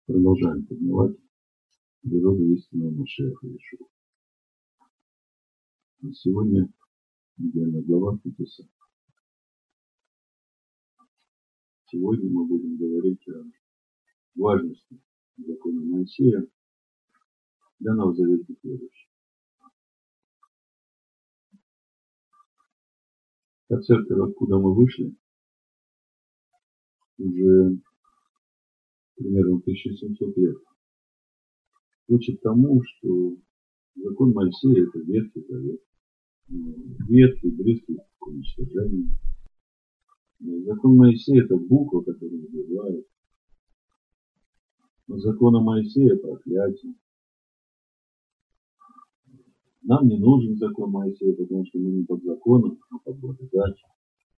Продолжаем познавать природу истинного Машиаха Иешуа. Сегодня недельная глава Фетиса. Сегодня мы будем говорить о важности закона Моисея для новозаветных верующих. Та церковь, откуда мы вышли, уже примерно 1700 лет, учит тому, что закон Моисея – это Ветхий Завет, ветхий, близкий к уничтожению. Закон Моисея – это буква, которая убивает. Но закон Моисея – проклятие. Нам не нужен закон Моисея, потому что мы не под законом, а под благодатью.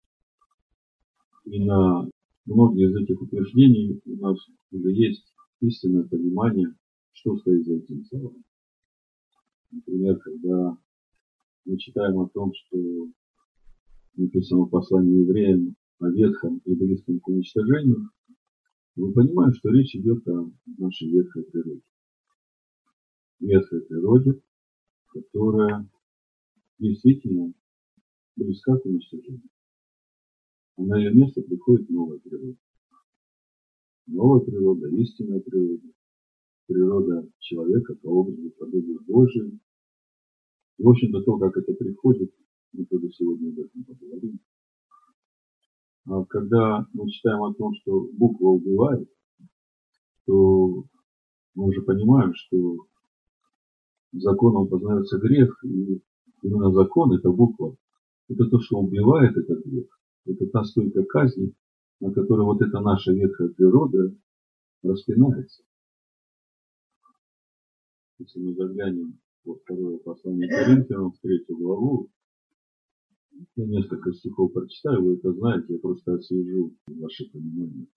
И на многие из этих утверждений у нас уже есть истинное понимание, что стоит за этим словом. Например, когда мы читаем о том, что написано в послании евреям о ветхом и близком к уничтожению, мы понимаем, что речь идет о нашей ветхой природе. Ветхой природе, которая действительно близка к уничтожению. А на ее место приходит новая природа. Новая природа, истинная природа, природа человека по образу и подобию Божию. И, в общем-то, то, как это приходит, мы тоже сегодня об этом поговорим. А когда мы читаем о том, что буква убивает, то мы уже понимаем, что законом познается грех, и именно закон, это буква, это то, что убивает этот грех. Это та стойка казни, на которой вот эта наша ветхая природа распинается. Если мы заглянем во второе послание Коринфянам, в 3 главу, я несколько стихов прочитаю, вы это знаете, я просто освежу ваше понимание.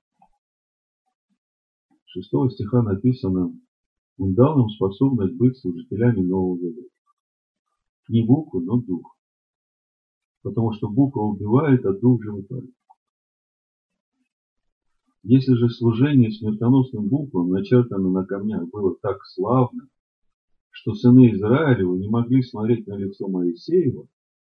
6 стиха написано: «Он дал нам способность быть служителями Нового Завета». Не букву, но дух. Потому что буква убивает, а дух животворит. Если же служение смертоносным буквам, начертанным на камнях, было так славно, что сыны Израилевы не могли смотреть на лицо Моисеева,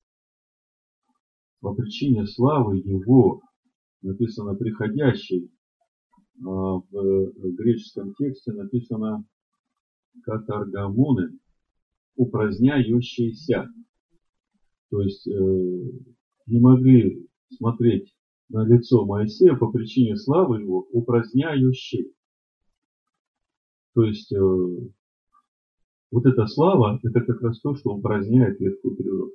по причине славы его, написано приходящей, в греческом тексте написано катаргамоны, упраздняющиеся. То есть не могли смотреть на лицо Моисея по причине славы его, упраздняющей. То есть вот эта слава, это как раз то, что упраздняет ветхую природу.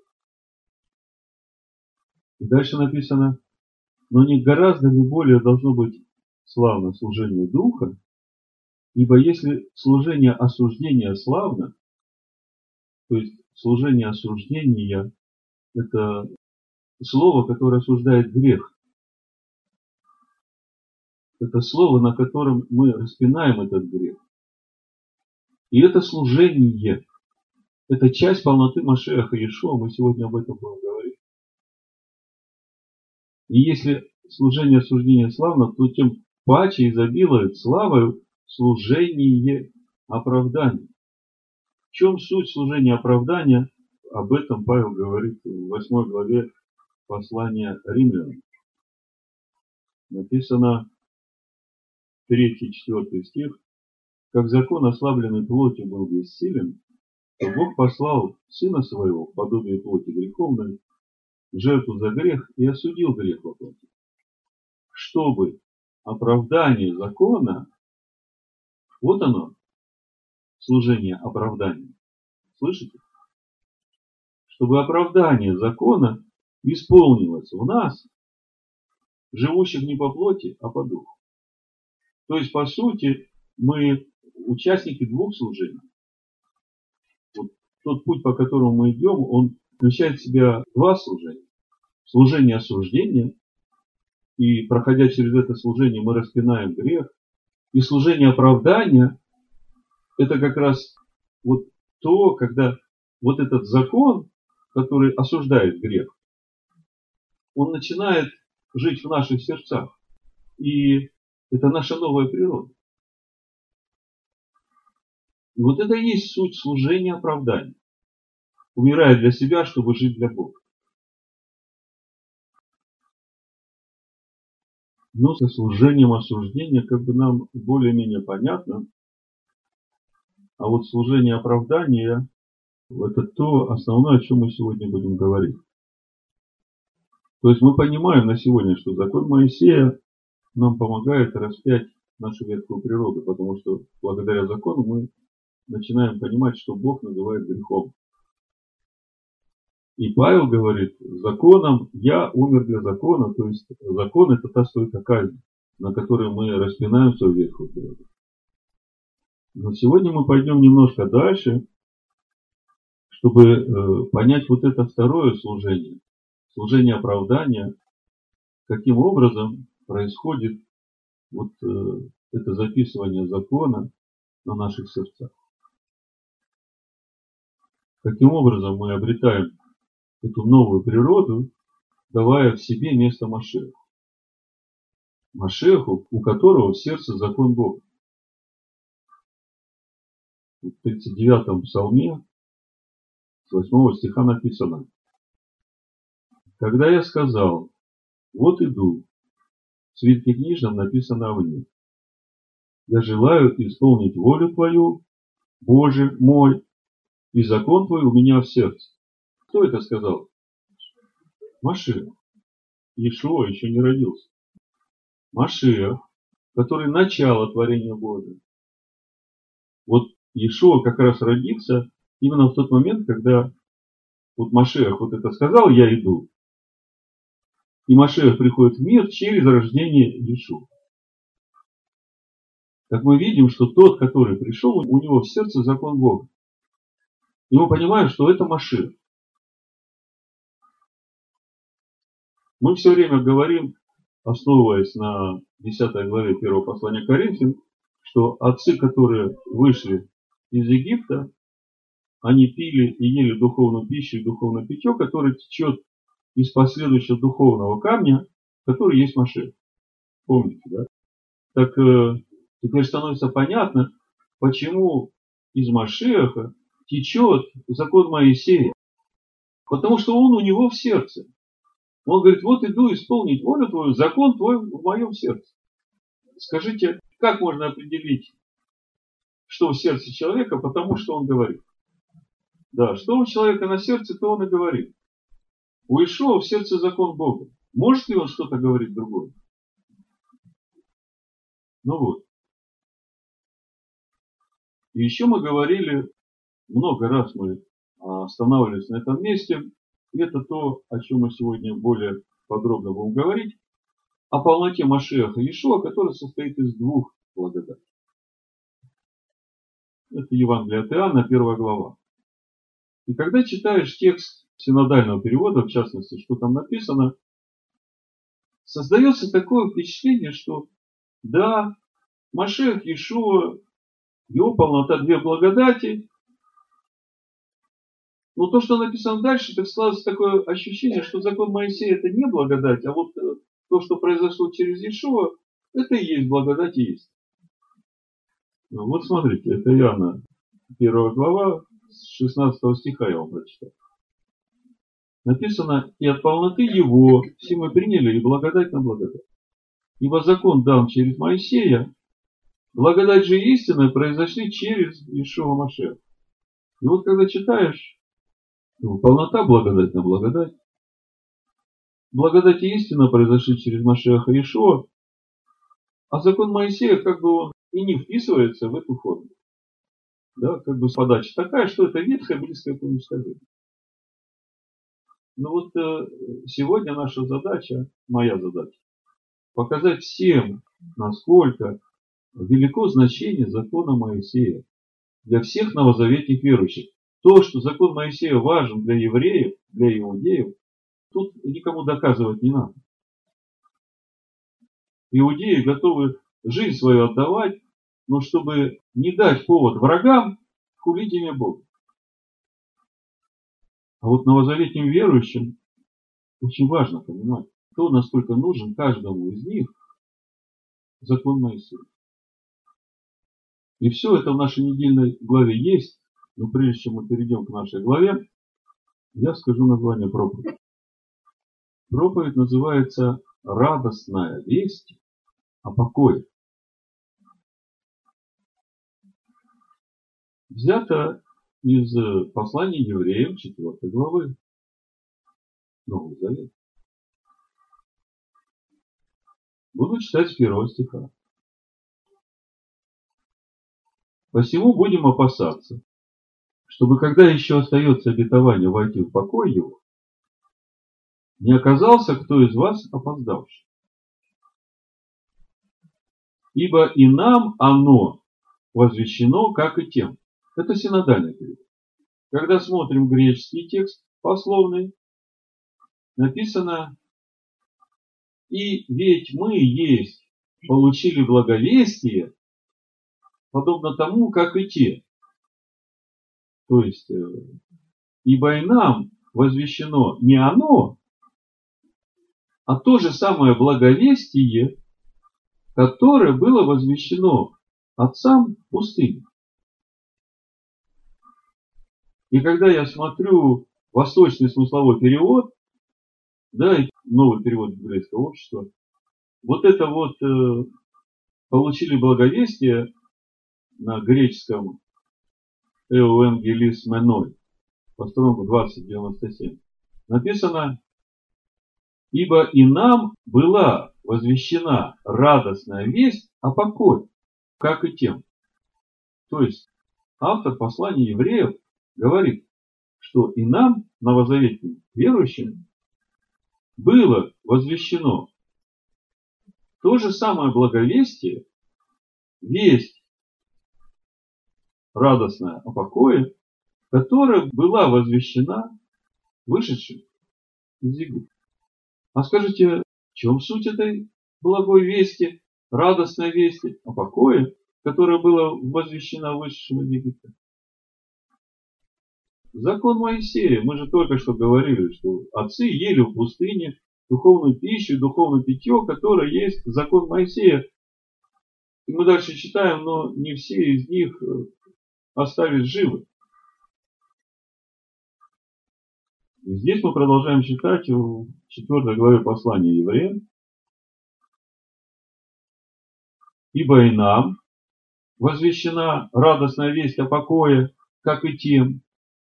И дальше написано: но не гораздо ли более должно быть славно служение духа, ибо если служение осуждения славно, то есть служение осуждения – это слово, которое осуждает грех. Это слово, на котором мы распинаем этот грех. И это служение, это часть полноты Машиаха Иешуа, мы сегодня об этом будем говорить. И если служение осуждения славно, то тем паче изобилует славою служение оправдания. В чем суть служения оправдания? Об этом Павел говорит в 8 главе послания Римлянам. Написано 3-4 стих: «Как закон, ослабленный плотью, был бессилен, то Бог послал Сына Своего в подобие плоти греховной, в жертву за грех, и осудил грех во плоти, чтобы оправдание закона», вот оно, служение оправдания, слышите? Чтобы оправдание закона исполнилось в нас, живущих не по плоти, а по духу. То есть, по сути, мы участники двух служений. Вот тот путь, по которому мы идем, он включает в себя два служения. Служение осуждения, и проходя через это служение, мы распинаем грех. И служение оправдания, это как раз вот то, когда вот этот закон, который осуждает грех, он начинает жить в наших сердцах. И это наша новая природа. И вот это и есть суть служения оправдания. Умирая для себя, чтобы жить для Бога. Но со служением осуждения как бы нам более-менее понятно. А вот служение оправдания – это то основное, о чем мы сегодня будем говорить. То есть мы понимаем на сегодня, что закон Моисея нам помогает распять нашу ветхую природу, потому что благодаря закону мы начинаем понимать, что Бог называет грехом. И Павел говорит, законом я умер для закона, то есть закон это та стойка казни, на которой мы распинаем свою ветхую природу. Но сегодня мы пойдем немножко дальше, чтобы понять вот это второе служение, служение оправдания, каким образом происходит вот это записывание закона на наших сердцах. Каким образом мы обретаем эту новую природу, давая в себе место Машиаху. Машиаху, у которого в сердце закон Бога. В 39-м псалме с 8 стиха написано: «Когда я сказал, вот иду, в свитке книжном написано о мне. Я желаю исполнить волю Твою, Боже мой, и закон Твой у меня в сердце». Кто это сказал? Машиах. Иешуа еще не родился. Машиах, который начало творения Божия. Вот Иешуа как раз родился именно в тот момент, когда вот Машиах вот это сказал, я иду. И Машиах приходит в мир через рождение Иешуа. Так мы видим, что тот, который пришел, у него в сердце закон Бога. И мы понимаем, что это Машиах. Мы все время говорим, основываясь на 10 главе 1 послания Коринфянам, что отцы, которые вышли из Египта, они пили и ели духовную пищу и духовное питье, которое течет из последующего духовного камня, который есть Машиах. Помните, да? Так теперь становится понятно, почему из Машиаха течет закон Моисея. Потому что он у него в сердце. Он говорит, вот иду исполнить волю твою, закон твой в моем сердце. Скажите, как можно определить, что в сердце человека, потому что он говорит? Да, что у человека на сердце, то он и говорит. У Иешуа в сердце закон Бога. Может ли он что-то говорить другое? Ну вот. И еще мы говорили, много раз мы останавливались на этом месте, и это то, о чем мы сегодня более подробно будем говорить, о полноте Машиаха Иешуа, который состоит из двух благодатей. Это Евангелие от Иоанна, 1 глава. И когда читаешь текст синодального перевода, в частности, что там написано, создается такое впечатление, что да, Машиах Иешуа, его полнота две благодати, но то, что написано дальше, так складывается такое ощущение, что закон Моисея это не благодать, а вот то, что произошло через Иешуа, это и есть благодать и есть. Ну, вот смотрите, это Иоанна, 1 глава, с 16 стиха я вам прочитаю. Написано, и от полноты его все мы приняли и благодать на благодать. Ибо закон дан через Моисея, благодать же и истина произошли через Иешуа Машиаха. И вот когда читаешь, полнота благодать на благодать, благодать и истина произошли через Машиаха Иешуа, а закон Моисея как бы он и не вписывается в эту форму. Да, как бы подача такая, что это ветхое, близкое к уничтожению. Но вот сегодня наша задача, моя задача, показать всем, насколько велико значение закона Моисея для всех новозаветных верующих. То, что закон Моисея важен для евреев, для иудеев, тут никому доказывать не надо. Иудеи готовы жизнь свою отдавать, но чтобы не дать повод врагам хулить имя Бога. А вот новозаветным верующим очень важно понимать, то, насколько нужен каждому из них закон Моисея. И все это в нашей недельной главе есть. Но прежде чем мы перейдем к нашей главе, я скажу название проповеди. Проповедь называется «Радостная весть о покое». Взято из послания евреям 4 главы Нового Завета. Буду читать с 1 стиха. «Посему будем опасаться, чтобы, когда еще остается обетование войти в покой его, не оказался кто из вас опоздавший. Ибо и нам оно возвещено, как и тем». Это синодальный перевод. Когда смотрим греческий текст пословный, написано: «И ведь мы есть получили благовестие, подобно тому, как и те». То есть, ибо и нам возвещено не оно, а то же самое благовестие, которое было возвещено отцам в пустыне. И когда я смотрю восточный смысловой перевод, да, и новый перевод еврейского общества, вот это вот получили благовестие на греческом «Euangelismenoi» по стронгу 2097 написано: «Ибо и нам была возвещена радостная весть о покое, как и тем». То есть автор послания евреев говорит, что и нам, новозаветным верующим, было возвещено то же самое благовестие, весть радостная о покое, которая была возвещена вышедшим из Египта. А скажите, в чем суть этой благой вести, радостной вести о покое, которая была возвещена вышедшим из Египта? Закон Моисея. Мы же только что говорили, что отцы ели в пустыне духовную пищу, духовное питье, которое есть закон Моисея. И мы дальше читаем, но не все из них остались живы. И здесь мы продолжаем читать в 4 главе послания евреям. «Ибо и нам возвещена радостная весть о покое, как и тем,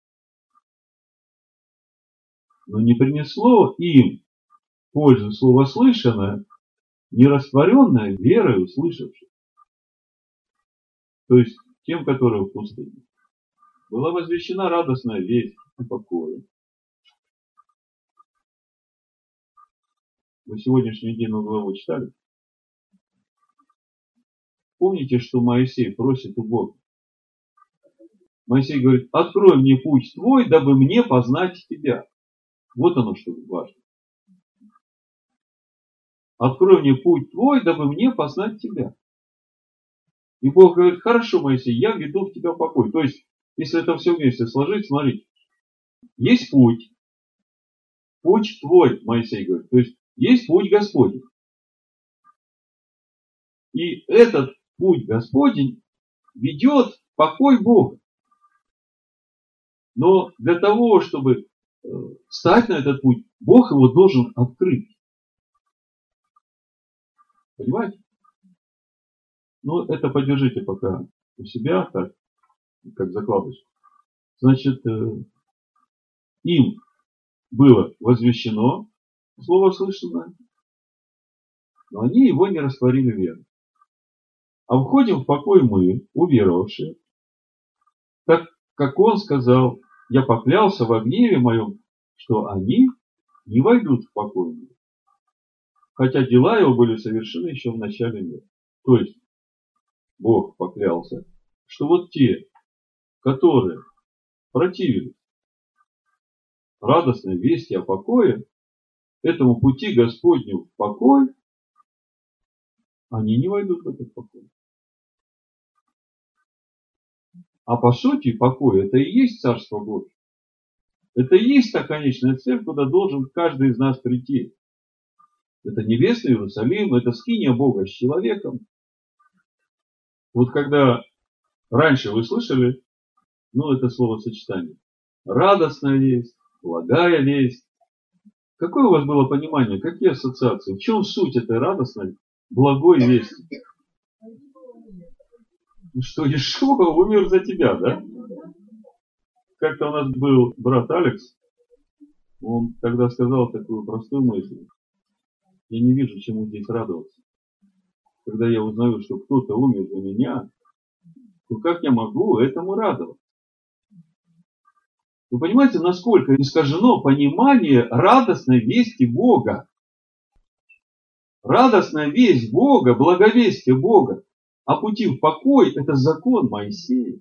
но не принесло им пользу слово слышанное, не растворенное верой услышавших». То есть тем, которые в пустыне, была возвещена радостная весть о покое. Вы сегодняшнюю недельную главу читали? Помните, что Моисей просит у Бога? Моисей говорит: «Открой мне путь твой, дабы мне познать тебя». Вот оно, что важно. «Открой мне путь твой, дабы мне познать тебя». И Бог говорит: «Хорошо, Моисей, я веду в тебя покой». То есть, если это все вместе сложить, смотрите. Есть путь. Путь твой, Моисей говорит. То есть, есть путь Господень. И этот путь Господень ведет в покой Бога. Но для того, чтобы встать на этот путь, Бог его должен открыть. Понимаете? Ну, это подержите пока у себя, так, как закладочку. Значит, им было возвещено слово слышанное, но они его не растворили верой. А входим в покой мы, уверовавшие, так как он сказал: «Я поклялся во гневе моем, что они не войдут в покой мой, хотя дела его были совершены еще в начале мира». То есть Бог поклялся, что вот те, которые противились радостной вести о покое, этому пути Господню в покой, они не войдут в этот покой. А по сути покой — это и есть Царство Божие. Это и есть та конечная цель, куда должен каждый из нас прийти. Это небесный Иерусалим, это скиния Бога с человеком. Вот когда Раньше вы слышали, это словосочетание. Радостная весть, благая весть. Какое у вас было понимание, какие ассоциации? В чем суть этой радостной, благой вести? Что Иешуа умер за тебя, да? Как-то у нас был брат Алекс, он тогда сказал такую простую мысль. Я не вижу, чему здесь радоваться. Когда я узнаю, что кто-то умер за меня, то как я могу этому радоваться? Вы понимаете, насколько искажено понимание радостной вести Бога? Радостная весть Бога, благовестие Бога о пути в покой – это закон Моисея.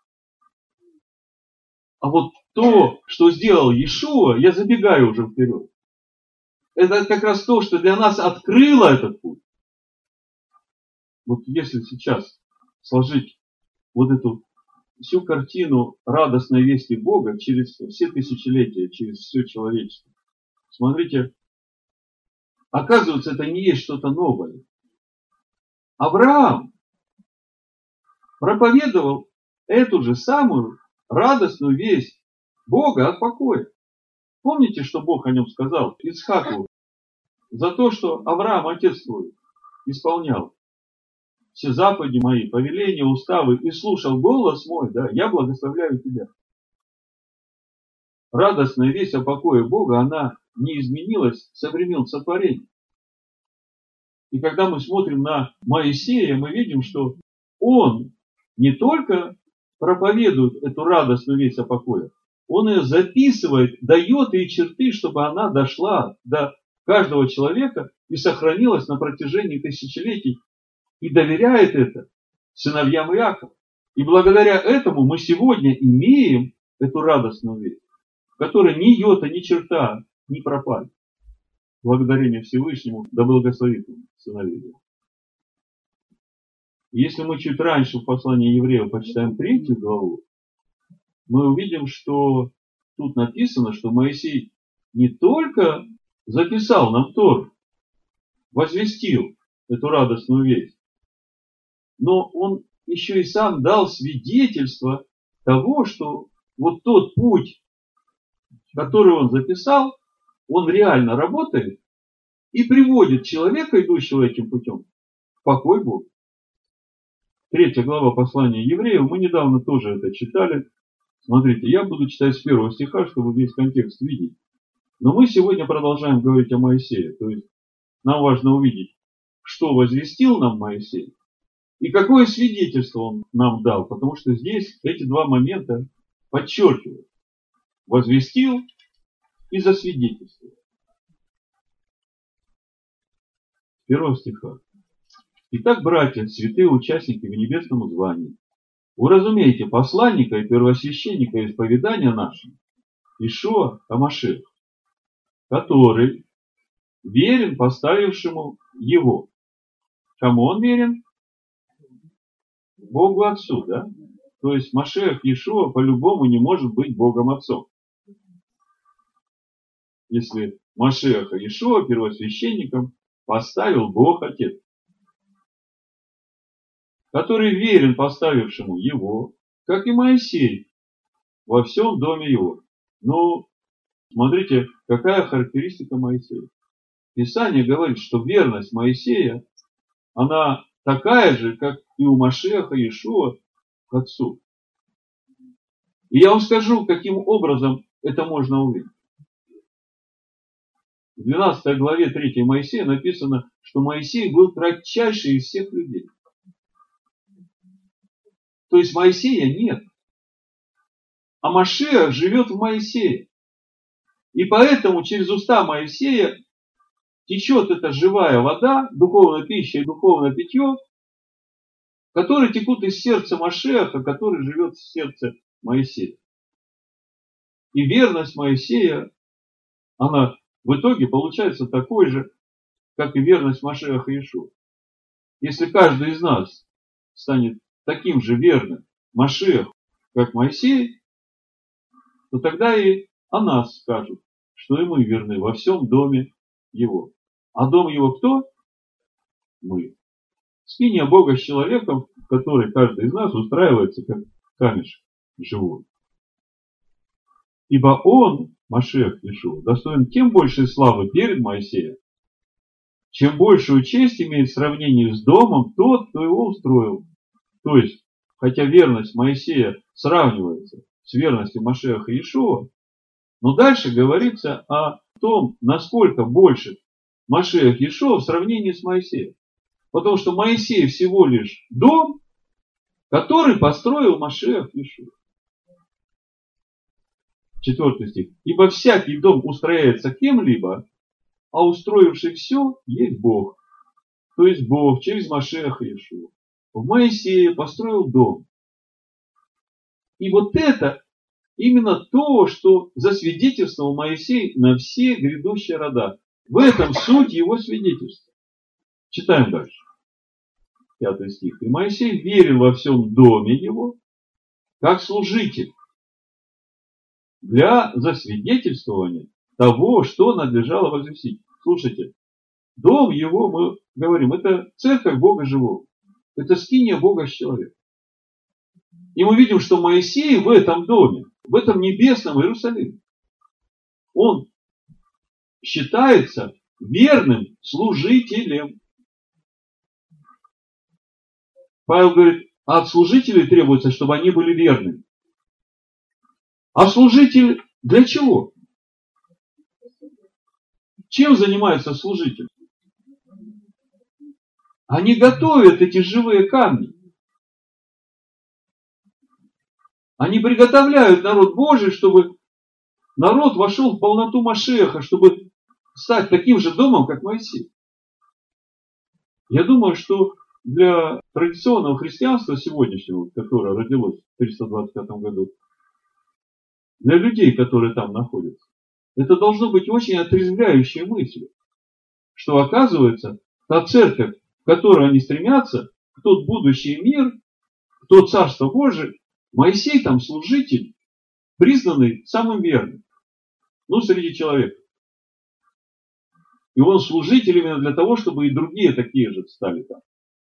А вот то, что сделал Иешуа, я забегаю уже вперед. Это как раз то, что для нас открыло этот путь. Вот если сейчас сложить вот эту всю картину радостной вести Бога через все тысячелетия, через все человечество. Смотрите, оказывается, это не есть что-то новое. Авраам проповедовал эту же самую радостную весть Бога от покоя. Помните, что Бог о нем сказал Ицхаку? За то, что Авраам, отец твой, исполнял все заповеди мои, повеления, уставы и слушал голос мой, да, я благословляю тебя. Радостная весть о покое Бога, она не изменилась со времен сотворения. И когда мы смотрим на Моисея, мы видим, что он не только проповедует эту радостную весть о покое, он ее записывает, дает ей черты, чтобы она дошла до каждого человека и сохранилась на протяжении тысячелетий, и доверяет это сыновьям Иакова. И благодаря этому мы сегодня имеем эту радостную весть, в которой ни йота, ни черта не пропали. Благодарение Всевышнему, да благословит он сыновей. Если мы чуть раньше в послании евреев почитаем 3 главу, мы увидим, что тут написано, что Моисей не только записал нам Тору, возвестил эту радостную весть, но он еще и сам дал свидетельство того, что вот тот путь, который он записал, он реально работает и приводит человека, идущего этим путем, в покой Бога. 3 глава послания евреев, мы недавно тоже это читали. Смотрите, я буду читать с 1 стиха, чтобы весь контекст видеть. Но мы сегодня продолжаем говорить о Моисее. То есть нам важно увидеть, что возвестил нам Моисей и какое свидетельство он нам дал. Потому что здесь эти два момента подчеркивают. Возвестил и засвидетельствовал. 1 стиха. Итак, братья, святые участники в небесном звании, уразумейте посланника и первосвященника исповедания нашего, Иешуа ха-Машиах, который верен поставившему его. Кому он верен? Богу Отцу, да? То есть Машиах Иешуа по-любому не может быть Богом Отцом. Если Машиаха Иешуа первосвященником поставил Бог Отец, который верен поставившему его, как и Моисей, во всем доме его. Ну, смотрите, какая характеристика Моисея. Писание говорит, что верность Моисея, она такая же, как и у Машиаха Иешуа к Отцу. И я вам скажу, каким образом это можно увидеть. В 12 главе 3 Моисея написано, что Моисей был кратчайший из всех людей. То есть Моисея нет. А Машиах живет в Моисее. И поэтому через уста Моисея течет эта живая вода, духовная пища и духовное питье, которые текут из сердца Машиаха, который живет в сердце Моисея. И верность Моисея, она в итоге получается такой же, как и верность Машиаха Иешуа. Если каждый из нас станет таким же верным Машиаху, как Моисей, то тогда и о нас скажут, что и мы верны во всем доме его. А дом его кто? Мы. Спинья Бога с человеком в которой каждый из нас устраивается как камешек живой. Ибо он, Машиах Иешуа, достоин тем большей славы перед Моисеем, чем большую честь имеет в сравнении с домом тот, кто его устроил. То есть, хотя верность Моисея сравнивается с верностью Машиаха Иешуа, но дальше говорится о том, насколько больше Машиах Иешуа в сравнении с Моисеем. Потому что Моисей всего лишь дом, который построил Машиах Иешуа. 4 стих. Ибо всякий дом устрояется кем-либо, а устроивший все есть Бог. То есть Бог через Машиаха Иешуа в Моисее построил дом. И вот это именно то, что засвидетельствовал Моисей на все грядущие рода. В этом суть его свидетельства. Читаем дальше. 5 стих. И Моисей верил во всем доме его, как служитель, для засвидетельствования того, что надлежало возвестить. Слушайте, дом его, мы говорим, это церковь Бога живого. Это скиния Бога с человеком. И мы видим, что Моисей в этом доме, в этом небесном Иерусалиме, он считается верным служителем. Павел говорит, от служителей требуется, чтобы они были верными. А служитель для чего? Чем занимается служитель? Они готовят эти живые камни. Они приготовляют народ Божий, чтобы народ вошел в полноту Машиаха, чтобы стать таким же домом, как Моисей. Я думаю, что для традиционного христианства сегодняшнего, которое родилось в 325 году, для людей, которые там находятся, это должно быть очень отрезвляющей мыслью, что оказывается, та церковь, в которую они стремятся, в тот будущий мир, в то Царство Божие, Моисей там служитель, признанный самым верным, среди человека. И он служитель именно для того, чтобы и другие такие же стали там.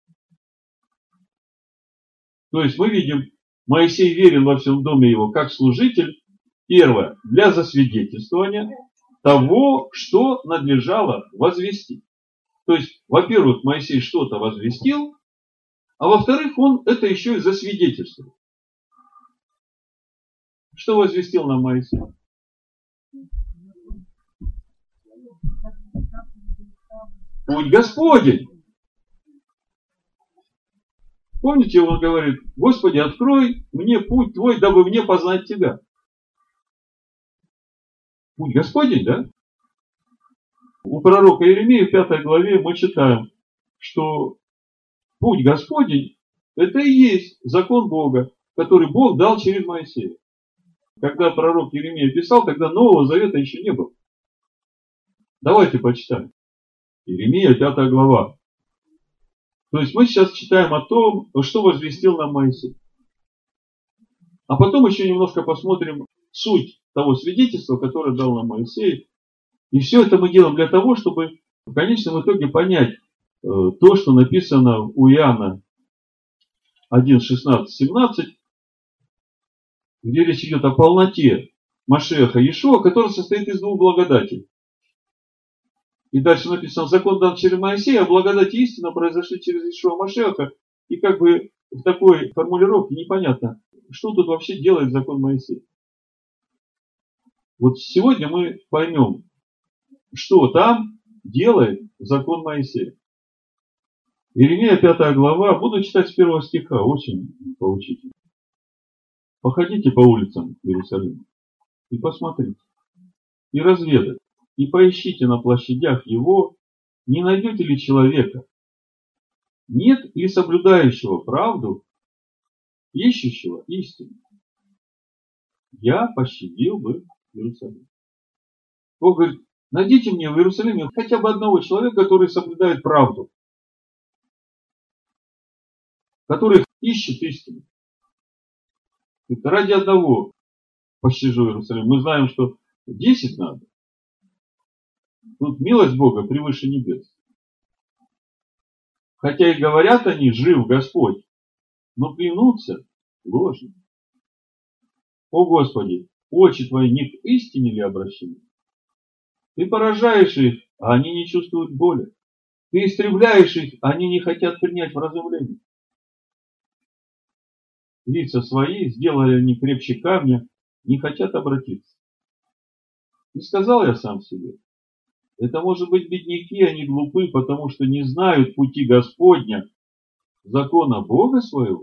То есть мы видим, Моисей верен во всем доме его как служитель, первое, для засвидетельствования того, что надлежало возвестить. То есть, во-первых, Моисей что-то возвестил, а во-вторых, он это еще и засвидетельствовал. Что возвестил нам Моисей? Путь Господень. Помните, он говорит, Господи, открой мне путь Твой, дабы мне познать Тебя. Путь Господень, да? У пророка Иеремии в 5 главе мы читаем, что путь Господень – это и есть закон Бога, который Бог дал через Моисея. Когда пророк Иеремия писал, тогда Нового Завета еще не было. Давайте почитаем. Иеремия, 5 глава. То есть мы сейчас читаем о том, что возвестил нам Моисей. А потом еще немножко посмотрим суть того свидетельства, которое дал нам Моисей. И все это мы делаем для того, чтобы в конечном итоге понять то, что написано у Иоанна 1, 16, 17, где речь идет о полноте Машиаха Иешуа, который состоит из двух благодатей. И дальше написано, закон дан через Моисея, а благодать и истина произошли через Иешуа Машиаха. И как бы в такой формулировке непонятно, что тут вообще делает закон Моисея. Вот сегодня мы поймем, что там делает закон Моисея. Иеремия 5 глава, буду читать с 1 стиха, очень поучительно. Походите по улицам Иерусалима и посмотрите, и разведайте, и поищите на площадях его, не найдете ли человека, нет ли соблюдающего правду, ищущего истину. Я пощадил бы Иерусалим. Бог говорит, найдите мне в Иерусалиме хотя бы одного человека, который соблюдает правду, который ищет истину. Это ради одного пощажу Иерусалим. Мы знаем, что 10 надо. Тут милость Бога превыше небес. Хотя и говорят они, жив Господь, но клянутся ложно. О Господи, очи Твои не к истине ли обращены? Ты поражаешь их, а они не чувствуют боли. Ты истребляешь их, а они не хотят принять вразумление. Лица свои сделали они крепче камня, не хотят обратиться. И сказал я сам себе, это может быть бедняки, они глупы, потому что не знают пути Господня, закона Бога своего.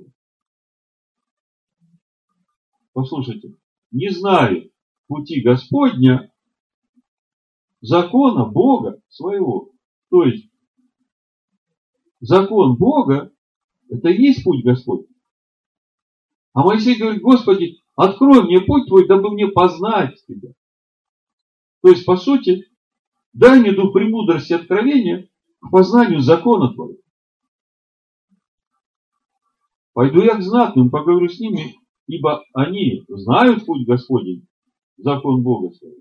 Послушайте, не знаю пути Господня, закона Бога своего. То есть, закон Бога, это и есть путь Господь. А Моисей говорит, Господи, открой мне путь Твой, дабы мне познать Тебя. То есть, по сути, дай мне дух премудрости и откровения к познанию закона Твоего. Пойду я к знатным, поговорю с ними, ибо они знают путь Господень, закон Бога своего.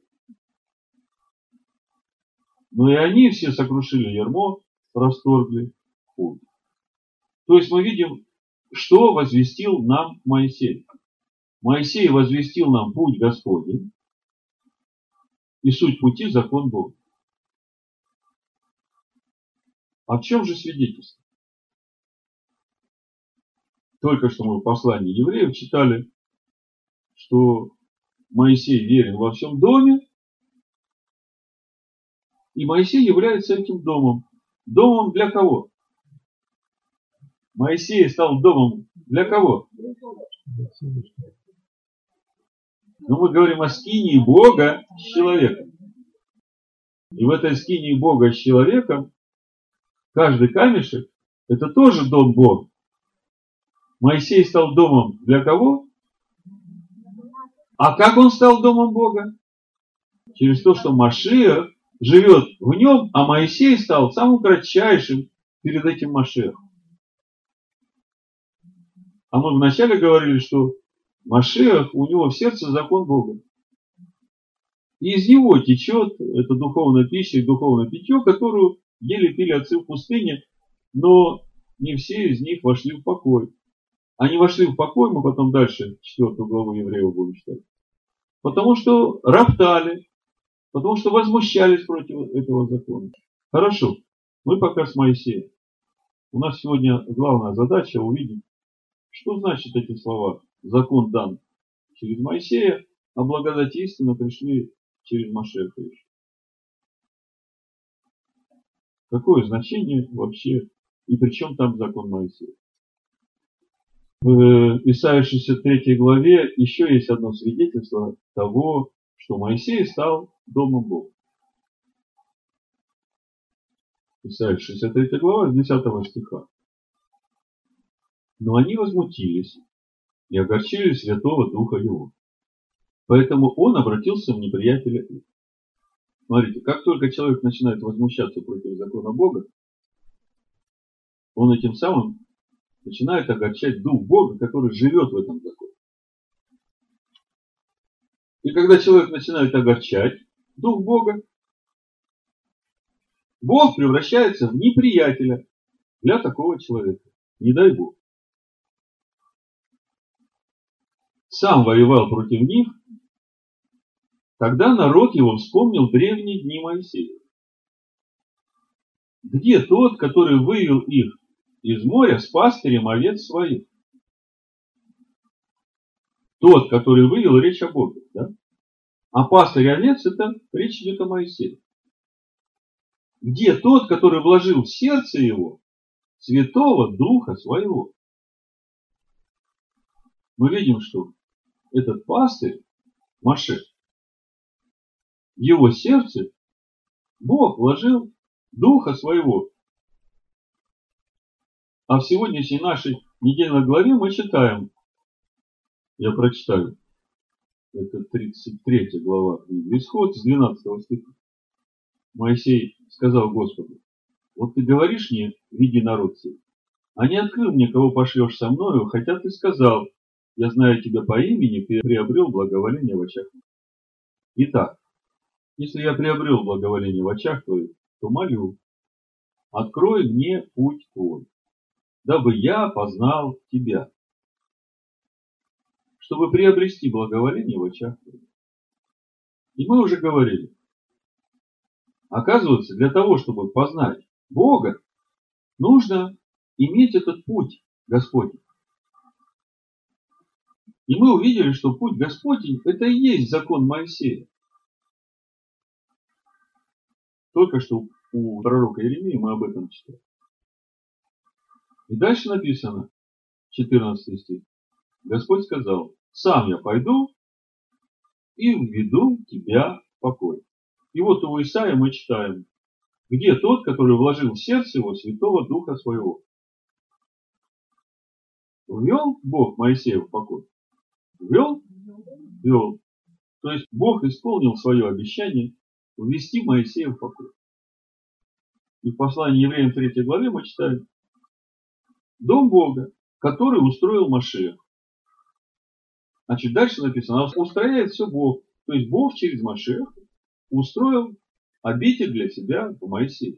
Но и они все сокрушили ярмо, расторгли путь. То есть мы видим, что возвестил нам Моисей. Моисей возвестил нам путь Господень и суть пути закон Бога. А в чем же свидетельство? Только что мы в послании евреев читали, что Моисей верен во всем доме, и Моисей является этим домом. Домом для кого? Моисей стал домом для кого? Но мы говорим о скинии Бога с человеком. И в этой скинии Бога с человеком каждый камешек – это тоже дом Бога. Моисей стал домом для кого? А как он стал домом Бога? Через то, что Машиах живет в нем, а Моисей стал самым кратчайшим перед этим Машиахом. А мы вначале говорили, что Машиах, у него в сердце закон Бога. И из него течет эта духовная пища и духовное питье, которую ели пили отцы в пустыне, но не все из них вошли в покой. Они вошли в покой, мы потом дальше 4 главу Евреев будем читать. Потому что роптали, потому что возмущались против этого закона. Хорошо, мы пока с Моисеем. У нас сегодня главная задача увидеть, что значит эти слова. Закон дан через Моисея, а благодать и истина пришли через Машеха. Какое значение вообще, и при чем там закон Моисея? В Исаии 63 главе еще есть одно свидетельство того, что Моисей стал домом Бога. Исаия 63 глава, с 10 стиха. Но они возмутились и огорчили Святого Духа Его. Поэтому он обратился в неприятеля их. Смотрите, как только человек начинает возмущаться против закона Бога, он этим самым начинает огорчать Дух Бога, который живет в этом законе. И когда человек начинает огорчать Дух Бога, Бог превращается в неприятеля для такого человека. Не дай Бог. Сам воевал против них, тогда народ его вспомнил древние дни Моисея. Где тот, который вывел их из моря с пастырем овец своих? Тот, который вывел, речь о Боге. Да? А пастырь овец, это речь идет о Моисее. Где тот, который вложил в сердце его Святого Духа своего? Мы видим, что этот пастырь, Моше, в его сердце Бог вложил Духа своего. А в сегодняшней нашей недельной главе мы читаем, я прочитаю, это 33 глава книги Исход, с 12 стиха. Моисей сказал Господу, вот ты говоришь мне, веди народ сей, а не открыл мне, кого пошлешь со мною, хотя ты сказал, я знаю тебя по имени, ты приобрел благоволение в очах твоих. Итак, если я приобрел благоволение в очах твоих, то молю, открой мне путь твой, дабы я познал тебя. чтобы приобрести благоволение в очах Твоих. И мы уже говорили, оказывается, для того, чтобы познать Бога, нужно иметь этот путь Господень. И мы увидели, что путь Господень – это и есть закон Моисея. Только что у пророка Иеремии мы об этом читали. И дальше написано, 14 стих. Господь сказал: «Сам я пойду и введу тебя в покой». И вот у Исаия мы читаем, где тот, который вложил в сердце его Святого Духа Своего. Ввел Бог Моисея в покой? Ввел? Ввел. То есть Бог исполнил свое обещание ввести Моисея в покой. И в послании Евреям 3 главе мы читаем: «Дом Бога, который устроил Машиах». Значит, дальше написано, устрояет все Бог. То есть Бог через Машиаха устроил обитель для себя в Моисее.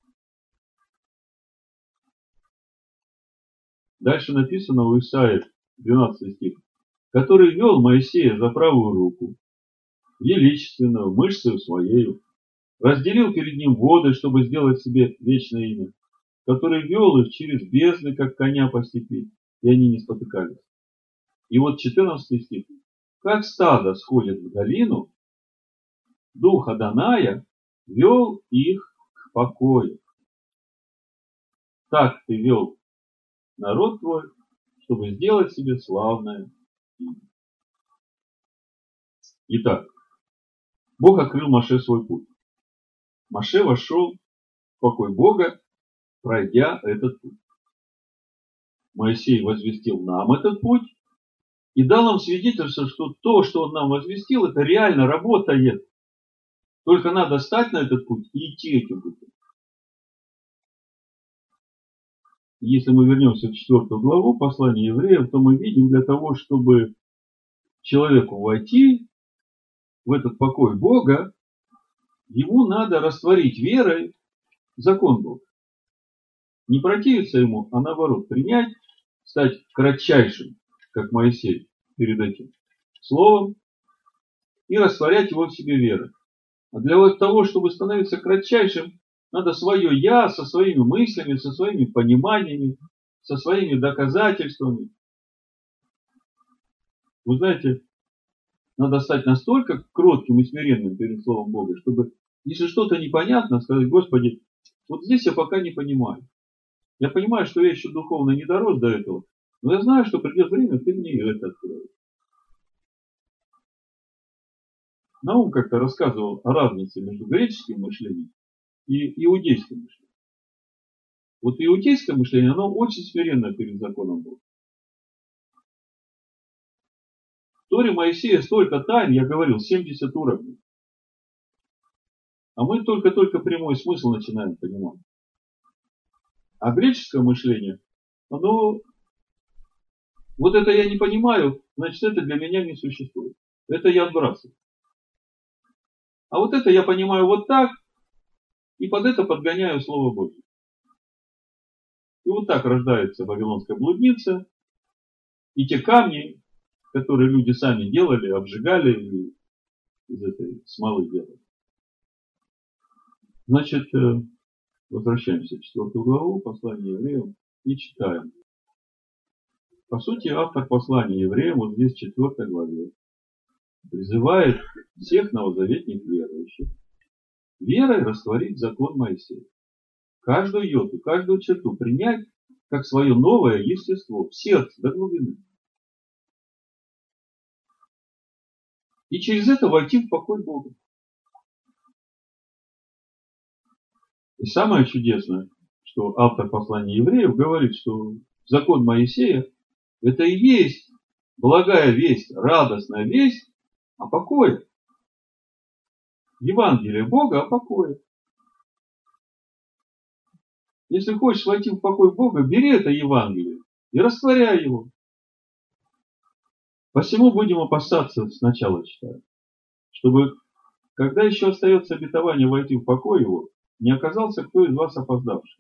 Дальше написано у Исаии, 12 стих, который вел Моисея за правую руку, величественную, мышцею своею, разделил перед ним воды, чтобы сделать себе вечное имя, который вел их через бездны, как коня по степи, и они не спотыкались. И вот 14 стих. Как стадо сходит в долину, Дух Адоная вел их к покою. Так ты вел народ твой, чтобы сделать себе славное имя. Итак, Бог открыл Моше свой путь. Моше вошел в покой Бога, пройдя этот путь. Моисей возвестил нам этот путь и дал нам свидетельство, что то, что он нам возвестил, это реально работает. Только надо стать на этот путь и идти этим путем. Если мы вернемся в 4 главу послания Евреев, то мы видим, для того, чтобы человеку войти в этот покой Бога, ему надо растворить верой закон Бога. Не противиться ему, а наоборот принять, стать кратчайшим, как Моисей перед этим словом, и растворять его в себе верой. А для того, чтобы становиться кратчайшим, надо свое «я» со своими мыслями, со своими пониманиями, со своими доказательствами. Вы знаете, надо стать настолько кротким и смиренным перед Словом Бога, чтобы, если что-то непонятно, сказать: Господи, вот здесь я пока не понимаю. Я понимаю, что я еще духовно не дорос до этого, но я знаю, что придет время, ты мне это откроешь. Наум как-то рассказывал о разнице между греческим мышлением и иудейским мышлением. Вот иудейское мышление, оно очень смиренно перед законом Бога. В Торе Моисея столько тайн, я говорил, 70 уровней. А мы только прямой смысл начинаем понимать. А греческое мышление, оно, вот это я не понимаю, значит это для меня не существует. Это я отбрасываю. А вот это я понимаю вот так, и под это подгоняю Слово Божье. И вот так рождается вавилонская блудница, и те камни, которые люди сами делали, обжигали и из этой смолы делали. Значит, возвращаемся в 4 главу послания Евреям и читаем. По сути, автор послания Евреям вот здесь в 4 главе призывает всех новозаветных верующих верой растворить закон Моисея. Каждую йоту, каждую черту принять как свое новое естество в сердце до глубины. И через это войти в покой Бога. И самое чудесное, что автор послания Евреев говорит, что закон Моисея это и есть благая весть, радостная весть о покое. Евангелие Бога о покое. Если хочешь войти в покой Бога, бери это Евангелие и растворяй его. Посему будем опасаться, сначала читаю, чтобы, когда еще остается обетование войти в покой его, не оказался кто из вас опоздавший.